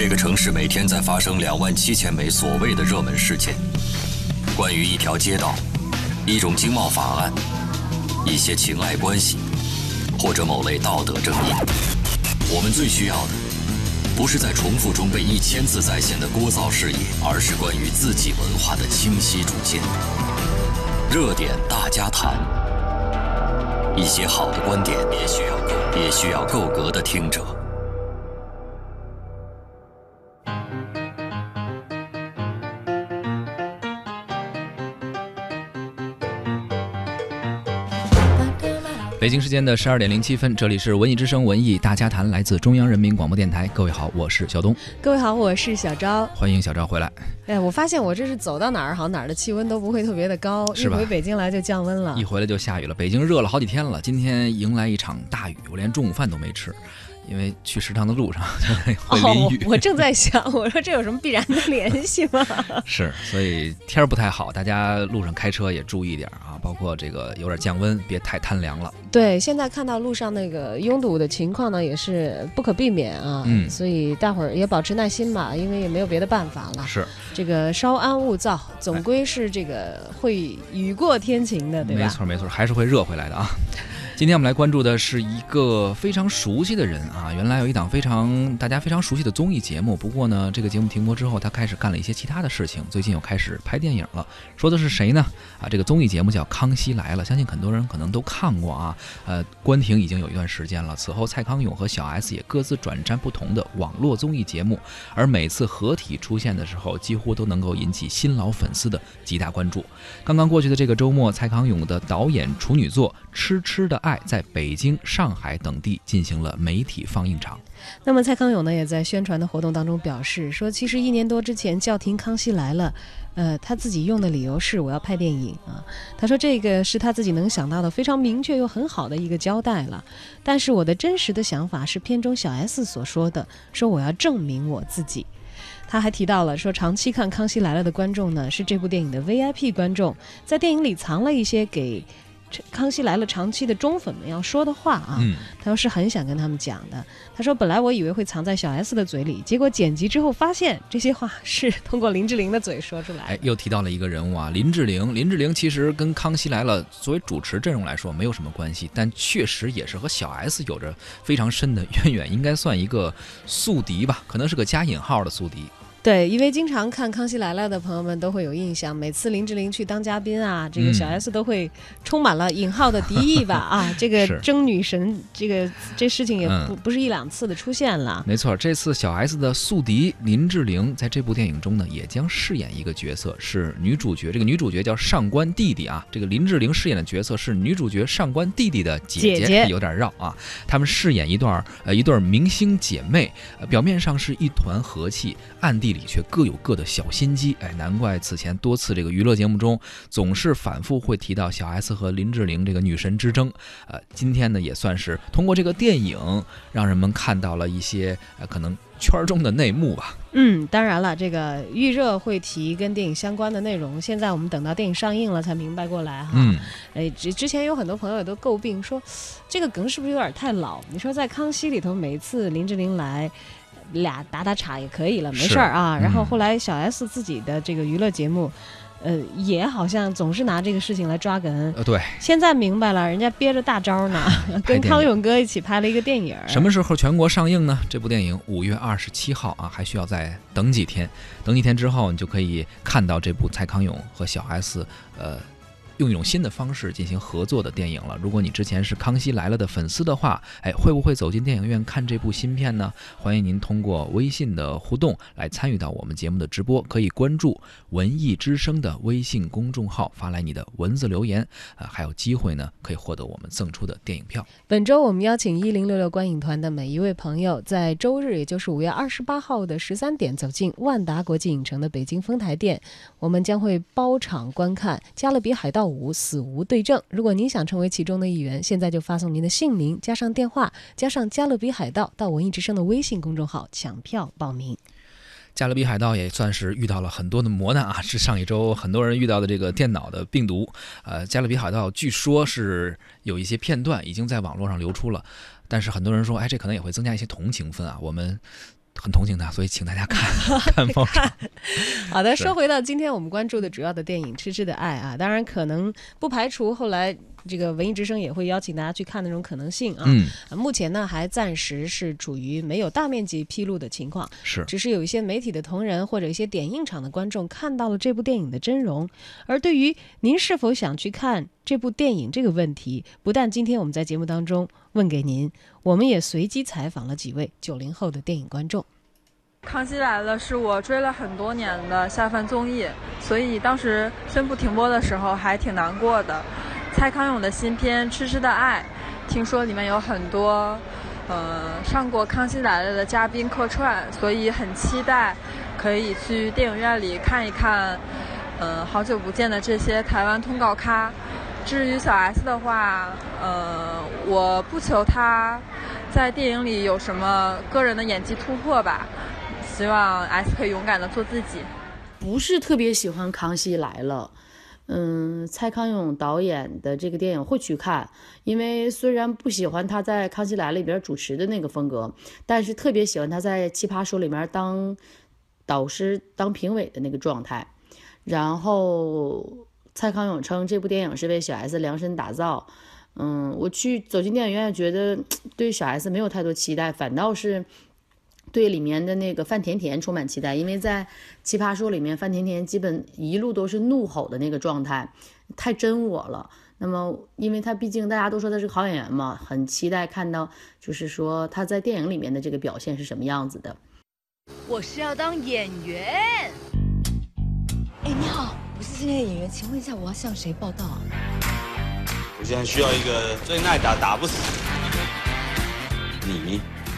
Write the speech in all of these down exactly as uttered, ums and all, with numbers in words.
这个城市每天在发生两万七千枚所谓的热门事件，关于一条街道、一种经贸法案、一些情爱关系，或者某类道德争议。我们最需要的，不是在重复中被一千字再现的聒噪视野，而是关于自己文化的清晰主见。热点大家谈，一些好的观点也需要够，也需要够格的听者。 北京时间的十二点零七分，这里是文艺之声文艺大家谈，来自中央人民广播电台。各位好，我是小东。 各位好，我是小昭。 欢迎小昭回来。 哎，我发现我这是走到哪儿，好像哪儿的气温都不会特别的高，一回北京来就降温了， 一回来就下雨了。北京热了好几天了，今天迎来一场大雨，我连中午饭都没吃。因为去食堂的路上会淋雨、 哦、我正在想，我说这有什么必然的联系吗？ 是，所以天儿不太好，大家路上开车也注意点啊，包括这个有点降温，别太贪凉了。 对，现在看到路上那个拥堵的情况呢，也是不可避免啊，嗯，所以大伙儿也保持耐心吧，因为也没有别的办法了。 是， 这个稍安勿躁，总归是这个会雨过天晴的，对吧？ 没错没错，还是会热回来的啊。今天我们来关注的是一个非常熟悉的人啊，原来有一档非常大家非常熟悉的综艺节目，不过呢，这个节目停播之后，他开始干了一些其他的事情，最近又开始拍电影了。说的是谁呢？啊，这个综艺节目叫《康熙来了》，相信很多人可能都看过啊。呃，关停已经有一段时间了，此后蔡康永和小 S 也各自转战不同的网络综艺节目，而每次合体出现的时候，几乎都能够引起新老粉丝的极大关注。刚刚过去的这个周末，蔡康永的导演处女作《痴痴的爱》在北京、上海等地进行了媒体放映场。 那么蔡康永呢，也在宣传的活动当中表示说，其实一年多之前叫停《康熙来了》，呃，他自己用的理由是我要拍电影啊。他说这个是他自己能想到的非常明确又很好的一个交代了。但是我的真实的想法是片中小 S 所说的，说我要证明我自己。他还提到了说，长期看《康熙来了》的观众呢，是这部电影的 V I P 观众，在电影里藏了一些给康熙来了长期的忠粉们要说的话啊，嗯、他说是很想跟他们讲的。他说本来我以为会藏在小 S 的嘴里，结果剪辑之后发现这些话是通过林志玲的嘴说出来的。 哎，又提到了一个人物啊，林志玲。林志玲其实跟康熙来了作为主持阵容来说没有什么关系，但确实也是和小 S 有着非常深的渊源，应该算一个宿敌吧，可能是个加引号的宿敌。 对，因为经常看《康熙来了》的朋友们都会有印象，每次林志玲去当嘉宾啊，这个小 S 都会充满了引号的敌意吧、嗯、啊，这个争女神，这个这事情也不、嗯、不是一两次的出现了。 没错，这次小 S 的宿敌林志玲在这部电影中呢，也将饰演一个角色，是女主角。这个女主角叫上官弟弟啊，这个林志玲饰演的角色是女主角上官弟弟的姐姐， 姐姐有点绕啊。他们饰演一段呃一对明星姐妹，呃，表面上是一团和气，暗地里却各有各的小心机。哎，难怪此前多次这个娱乐节目中总是反复会提到小 S 和林志玲这个女神之争。呃，今天呢也算是通过这个电影让人们看到了一些呃可能圈中的内幕吧。 嗯，当然了，这个预热会提跟电影相关的内容，现在我们等到电影上映了才明白过来哈。嗯，哎，之之前有很多朋友也都诟病说，这个梗是不是有点太老？你说在康熙里头，每一次林志玲来俩打打岔也可以了，没事儿啊、嗯。然后后来小 S 自己的这个娱乐节目，呃，也好像总是拿这个事情来抓梗。 呃，对。现在明白了，人家憋着大招呢，跟康永哥一起拍了一个电影。 什么时候全国上映呢？这部电影五月二十七号啊，还需要再等几天。等几天之后，你就可以看到这部蔡康永和小 S， 呃。用一种新的方式进行合作的电影了。如果你之前是康熙来了的粉丝的话，哎，会不会走进电影院看这部新片呢？欢迎您通过微信的互动来参与到我们节目的直播，可以关注文艺之声的微信公众号，发来你的文字留言，呃、还有机会呢可以获得我们赠出的电影票。 本周我们邀请一零六六观影团的每一位朋友，在周日也就是五月二十八号的十三点走进万达国际影城的北京丰台店，我们将会包场观看加勒比海盗五死无对证。如果您想成为其中的一员，现在就发送您的姓名加上电话加上加勒比海盗到文艺之声的微信公众号抢票报名。 加勒比海盗也算是遇到了很多的磨难啊，是上一周很多人遇到的这个电脑的病毒。呃，加勒比海盗据说是有一些片段已经在网络上流出了，但是很多人说，哎，这可能也会增加一些同情分啊。我们很同情他，所以请大家看看报纸。 好的，说回到今天我们关注的主要的电影《痴痴的爱》啊，当然可能不排除后来这个文艺之声也会邀请大家去看那种可能性啊。 嗯， 目前呢还暂时是处于没有大面积披露的情况， 是， 只是有一些媒体的同仁或者一些点映场的观众看到了这部电影的真容。而对于您是否想去看这部电影这个问题，不但今天我们在节目当中问给您，我们也随机采访了几位九零后的电影观众。 康熙来了是我追了很多年的下饭综艺，所以当时宣布停播的时候还挺难过的。蔡康永的新片《痴痴的爱》，听说里面有很多呃上过《康熙来了》的嘉宾客串，所以很期待可以去电影院里看一看呃好久不见的这些台湾通告咖。至于小 S 的话，呃我不求他在电影里有什么个人的演技突破吧，希望 S 可以勇敢的做自己。 不是特别喜欢《康熙来了》，嗯，蔡康永导演的这个电影会去看，因为虽然不喜欢他在《康熙来了》里边主持的那个风格，但是特别喜欢他在《奇葩说》里面当导师、当评委的那个状态。然后蔡康永称这部电影是为小 S 量身打造。嗯，我去走进电影院，觉得对小 S 没有太多期待，反倒是对里面的那个范甜甜充满期待，因为在奇葩说里面，范甜甜基本一路都是怒吼的那个状态，太真我了。那么，因为她毕竟大家都说她是个好演员嘛，很期待看到，就是说她在电影里面的这个表现是什么样子的。 我是要当演员。哎，你好，我是今天的演员，请问一下，我要向谁报道啊？ 我现在需要一个最耐打、打不死你，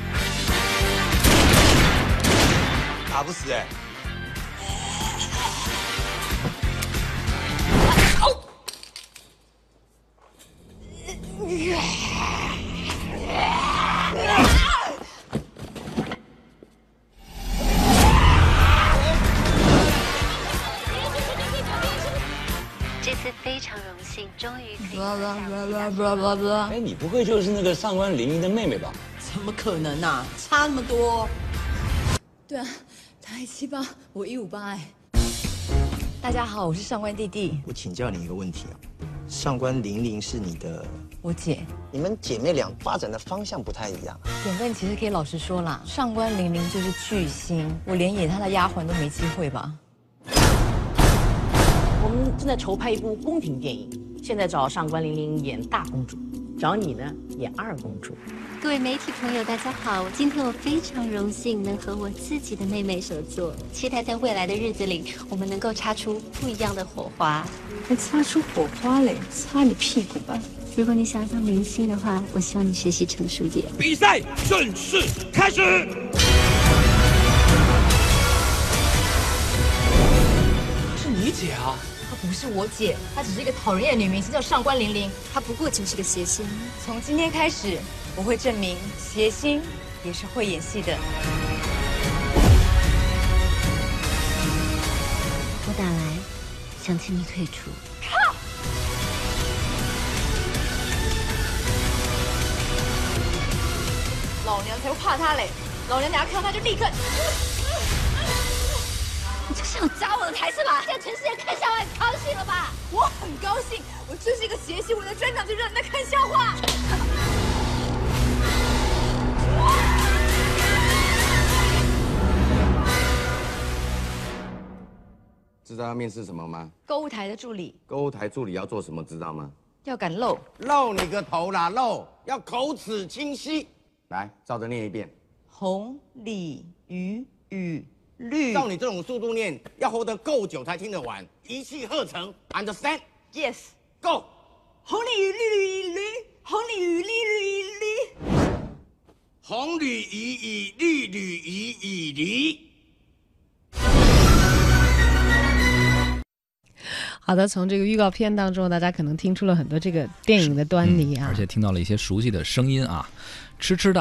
打不死哎、欸！ 这次非常荣幸，终于可以。 哎，你不会就是那个上官灵异的妹妹吧？ 怎么可能啊，差那么多。对啊，他一七八，我一五八哎。大家好，我是上官弟弟。 我请教你一个问题啊，上官玲玲是你的？ 我姐。 你们姐妹俩发展的方向不太一样。 点哥，你其实可以老实说啦，上官玲玲就是巨星，我连演她的丫鬟都没机会吧。 我们正在筹拍一部宫廷电影，现在找上官玲玲演大公主，找你呢演二公主。 各位媒体朋友，大家好！今天我非常荣幸能和我自己的妹妹合作，期待在未来的日子里，我们能够擦出不一样的火花。 还擦出火花嘞？擦你屁股吧！ 如果你想当明星的话，我希望你学习成熟点。 比赛正式开始。 是你姐啊？她不是我姐，她只是一个讨人厌的女明星，叫上官玲玲。 她不过就是个谐星。 从今天开始，我会证明谐星也是会演戏的。 我打来，想请你退出。 靠！老娘才不怕他嘞！老娘等下看到他就立刻。 你这是想砸我的台是吧？让全世界看笑话，高兴了吧？ 我很高兴，我就是一个谐星，我的专长就是让人家看笑话。 知道要面试什么吗？ 购物台的助理。 购物台助理要做什么？知道吗？ 要敢露。 露你个头啦！露要口齿清晰。来，照着念一遍。 红鲤鱼与绿。 照你这种速度念，要活得够久才听得完，一气呵成。Understand? Yes. Go. 红鲤鱼绿鲤驴，红鲤鱼绿鲤驴。 红鲤鱼与绿鲤鱼与驴。 好的，从这个预告片当中，大家可能听出了很多这个电影的端倪啊， 而且听到了一些熟悉的声音啊，《痴痴的爱》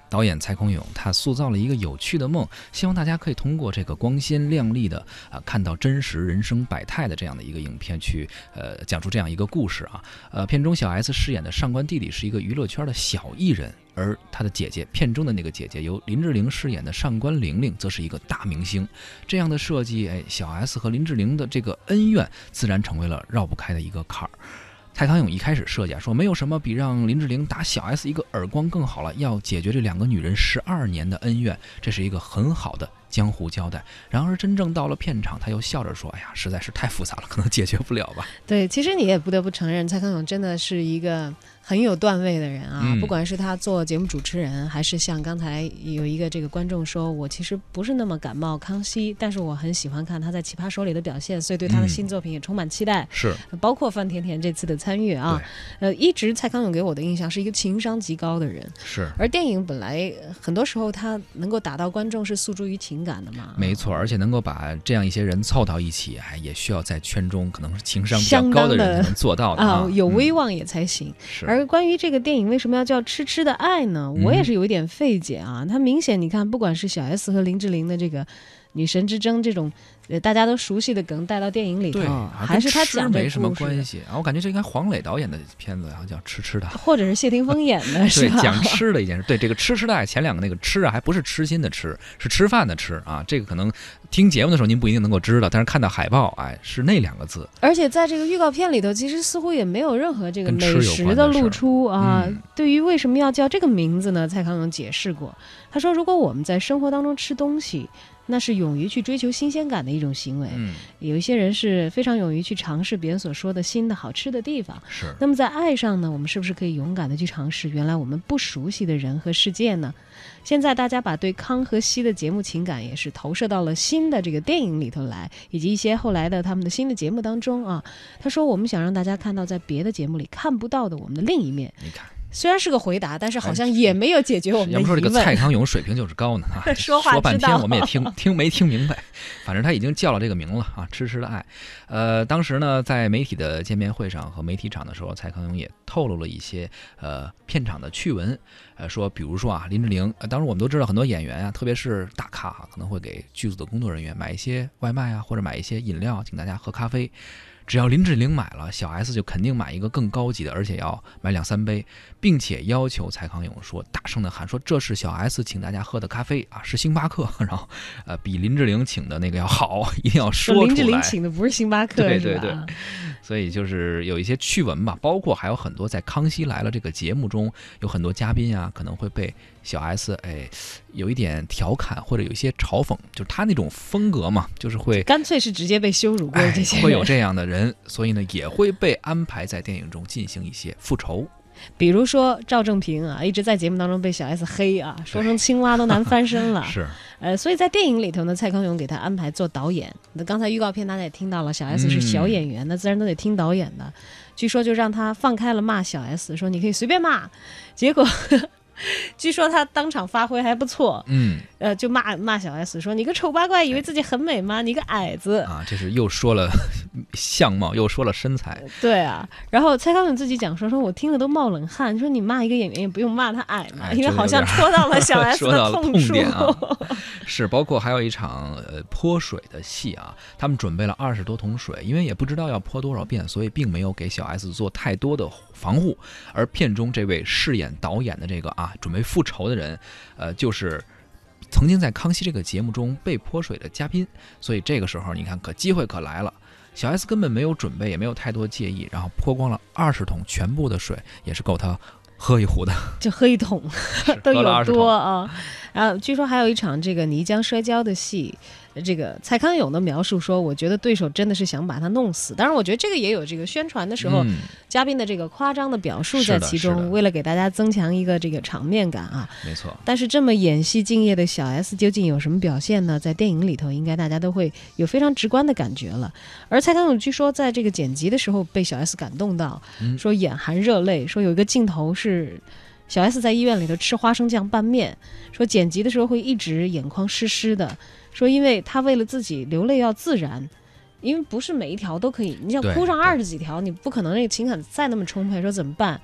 导演蔡康永他塑造了一个有趣的梦，希望大家可以通过这个光鲜亮丽的啊、呃，看到真实人生百态的这样的一个影片去呃讲述这样一个故事啊。呃，片中小 S 饰演的上官弟弟是一个娱乐圈的小艺人，而他的姐姐，片中的那个姐姐由林志玲饰演的上官玲玲，则是一个大明星。这样的设计，哎，小 S 和林志玲的这个恩怨，自然成为了绕不开的一个坎儿。蔡康永一开始设计啊，说没有什么比让林志玲打小 S 一个耳光更好了，要解决这两个女人十二年的恩怨，这是一个很好的江湖交代。然而真正到了片场，他又笑着说：“哎呀，实在是太复杂了，可能解决不了吧。” 对，其实你也不得不承认，蔡康永真的是一个很有段位的人啊。 嗯、 不管是他做节目主持人，还是像刚才有一个这个观众说，我其实不是那么感冒康熙，但是我很喜欢看他在《奇葩说》里的表现，所以对他的新作品也充满期待。 嗯、是， 包括范甜甜这次的参与啊，呃，一直蔡康永给我的印象是一个情商极高的人。 是， 而电影本来很多时候他能够打到观众是诉诸于情感的嘛。 没错，而且能够把这样一些人凑到一起，哎，也需要在圈中可能是情商比较高的人才能做到的啊， 啊有威望也才行。 是、 嗯。而关于这个电影为什么要叫《痴痴的爱》呢？我也是有一点费解啊。他、嗯、明显你看，不管是小 S 和林志玲的这个女神之争这种呃大家都熟悉的梗带到电影里头，还是他讲的没什么关系啊。我感觉这应该黄磊导演的片子，好像叫《痴痴的》， 或者是谢霆锋演的，是吧？ 对，讲吃的一件事。对，这个痴痴的爱，前两个那个吃啊，还不是痴心的吃，是吃饭的吃啊。这个可能听节目的时候您不一定能够知道，但是看到海报，哎，是那两个字。 而且在这个预告片里头，其实似乎也没有任何这个美食的露出啊。 嗯、 对于为什么要叫这个名字呢？蔡康永解释过，他说，如果我们在生活当中吃东西，那是勇于去追求新鲜感的一种行为。 嗯， 有一些人是非常勇于去尝试别人所说的新的好吃的地方。 是。 那么在爱上呢，我们是不是可以勇敢的去尝试原来我们不熟悉的人和世界呢？现在大家把对康和熙的节目情感也是投射到了新的这个电影里头来，以及一些后来的他们的新的节目当中啊。他说，我们想让大家看到在别的节目里看不到的我们的另一面。 你看。 虽然是个回答，但是好像也没有解决我们的疑问。 要不说这个蔡康永水平就是高呢啊！ 说话说半天我们也听听没听明白，反正他已经叫了这个名了啊，痴痴的爱。呃，当时呢，在媒体的见面会上和媒体场的时候，蔡康永也透露了一些呃片场的趣闻，呃，说比如说啊，林志玲，呃，当然我们都知道很多演员啊，特别是大咖哈、啊，可能会给剧组的工作人员买一些外卖啊，或者买一些饮料，请大家喝咖啡。只要林志玲买了，小 S 就肯定买一个更高级的，而且要买两三杯，并且要求蔡康永说，大声的喊说这是小 S 请大家喝的咖啡啊，是星巴克，然后呃比林志玲请的那个要好，一定要说出来。 林志玲请的不是星巴克， 对对对。所以就是有一些趣闻吧，包括还有很多在《康熙来了》这个节目中，有很多嘉宾啊，可能会被小 S 哎有一点调侃或者有一些嘲讽，就是他那种风格嘛，就是会干脆是直接被羞辱过的这些人、 哎、会有这样的人，所以呢也会被安排在电影中进行一些复仇。 比如说赵正平啊，一直在节目当中被小 S 黑啊，说成青蛙都难翻身了。 是， 呃，所以在电影里头呢，蔡康永给他安排做导演。那刚才预告片大家也听到了，小 S 是小演员，那、嗯、自然都得听导演的。据说就让他放开了骂小 S， 说你可以随便骂。结果据说他当场发挥还不错， 嗯， 呃，就骂骂小 S 说你个丑八怪，以为自己很美吗？你个矮子啊！这是又说了相貌，又说了身材。 对啊，然后蔡康永自己讲说，说我听了都冒冷汗，说你骂一个演员也不用骂他矮嘛， 哎、 因为好像戳到了小 S 的痛处。 痛点啊！是，包括还有一场呃泼水的戏啊，他们准备了二十多桶水，因为也不知道要泼多少遍，所以并没有给小 S 做太多的防护。而片中这位饰演导演的这个啊准备复仇的人，呃，就是曾经在《康熙》这个节目中被泼水的嘉宾，所以这个时候你看可机会可来了。小 S 根本没有准备，也没有太多介意，然后泼光了二十桶全部的水，也是够他喝一壶的， 就喝一桶都有多啊。然后据说还有一场这个泥浆摔跤的戏，这个蔡康永的描述说，我觉得对手真的是想把他弄死。当然我觉得这个也有这个宣传的时候、嗯、嘉宾的这个夸张的表述在其中，为了给大家增强一个这个场面感啊。 没错。 但是这么演戏敬业的小 S 究竟有什么表现呢？在电影里头应该大家都会有非常直观的感觉了。而蔡康永据说在这个剪辑的时候被小 S 感动到、嗯、说眼含热泪，说有一个镜头是小 S 在医院里头吃花生酱拌面，说剪辑的时候会一直眼眶湿湿的，说因为他为了自己流泪要自然，因为不是每一条都可以，你想哭上二十几条，你不可能那个情感再那么充沛，说怎么办？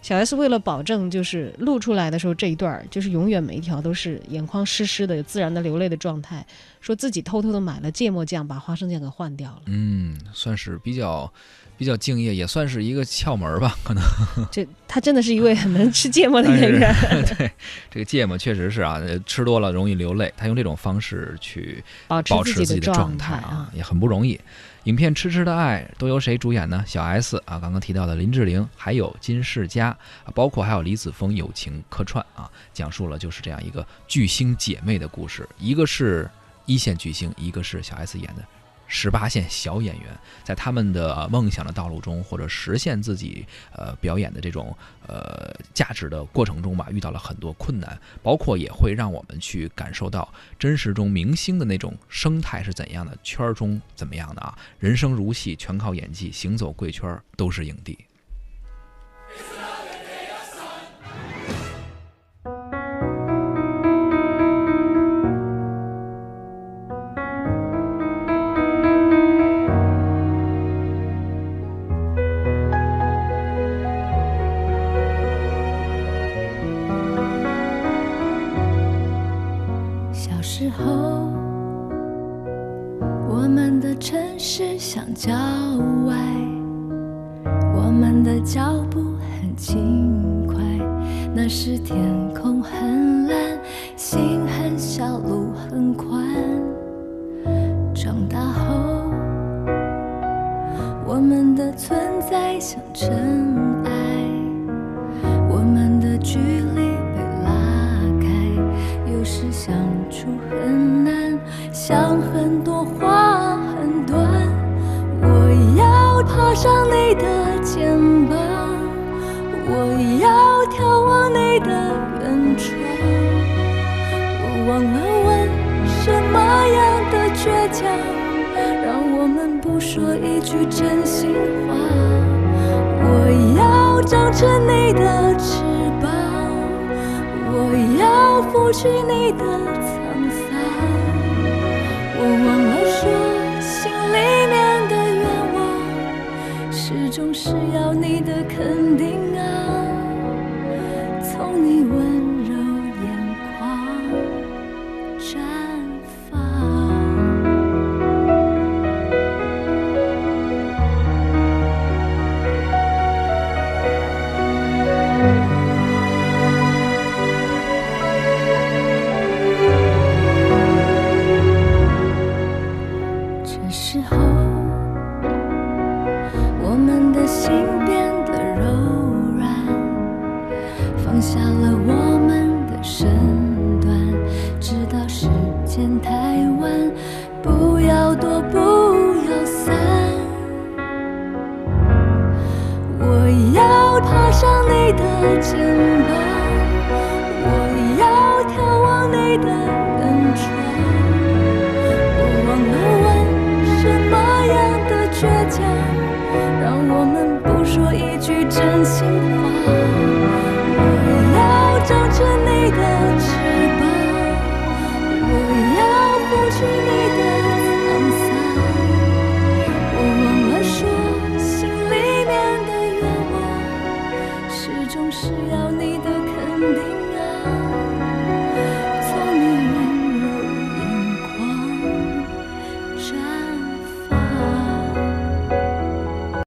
小 S 为了保证就是录出来的时候这一段就是永远每一条都是眼眶湿湿的自然的流泪的状态，说自己偷偷的买了芥末酱把花生酱给换掉了。 嗯，算是比较比较敬业，也算是一个窍门吧，可能。 这他真的是一位很能吃芥末的演员。 对，这个芥末确实是啊，吃多了容易流泪，他用这种方式去保持自己的状态啊，也很不容易。影片《痴痴的爱》都由谁主演呢？小 S 啊，刚刚提到的林志玲，还有金世佳啊，包括还有李子峰友情客串啊，讲述了就是这样一个巨星姐妹的故事，一个是一线巨星，一个是小 S 演的十八线小演员，在他们的梦想的道路中，或者实现自己呃表演的这种呃价值的过程中吧，遇到了很多困难，包括也会让我们去感受到真实中明星的那种生态是怎样的，圈中怎么样的啊，人生如戏，全靠演技，行走贵圈都是影帝。 时候，我们的城市像郊外，我们的脚步很轻快，那时天空很蓝，心很小，路很宽。长大后，我们的存在像尘埃，我们的距离有时相处很难，想很多话很短。我要爬上你的肩膀，我要眺望你的远窗。我忘了问什么样的倔强，让我们不说一句真心话。我要长成你的翅膀，我要拂去你的沧桑。我忘了说，心里面的愿望始终是要你的肯定。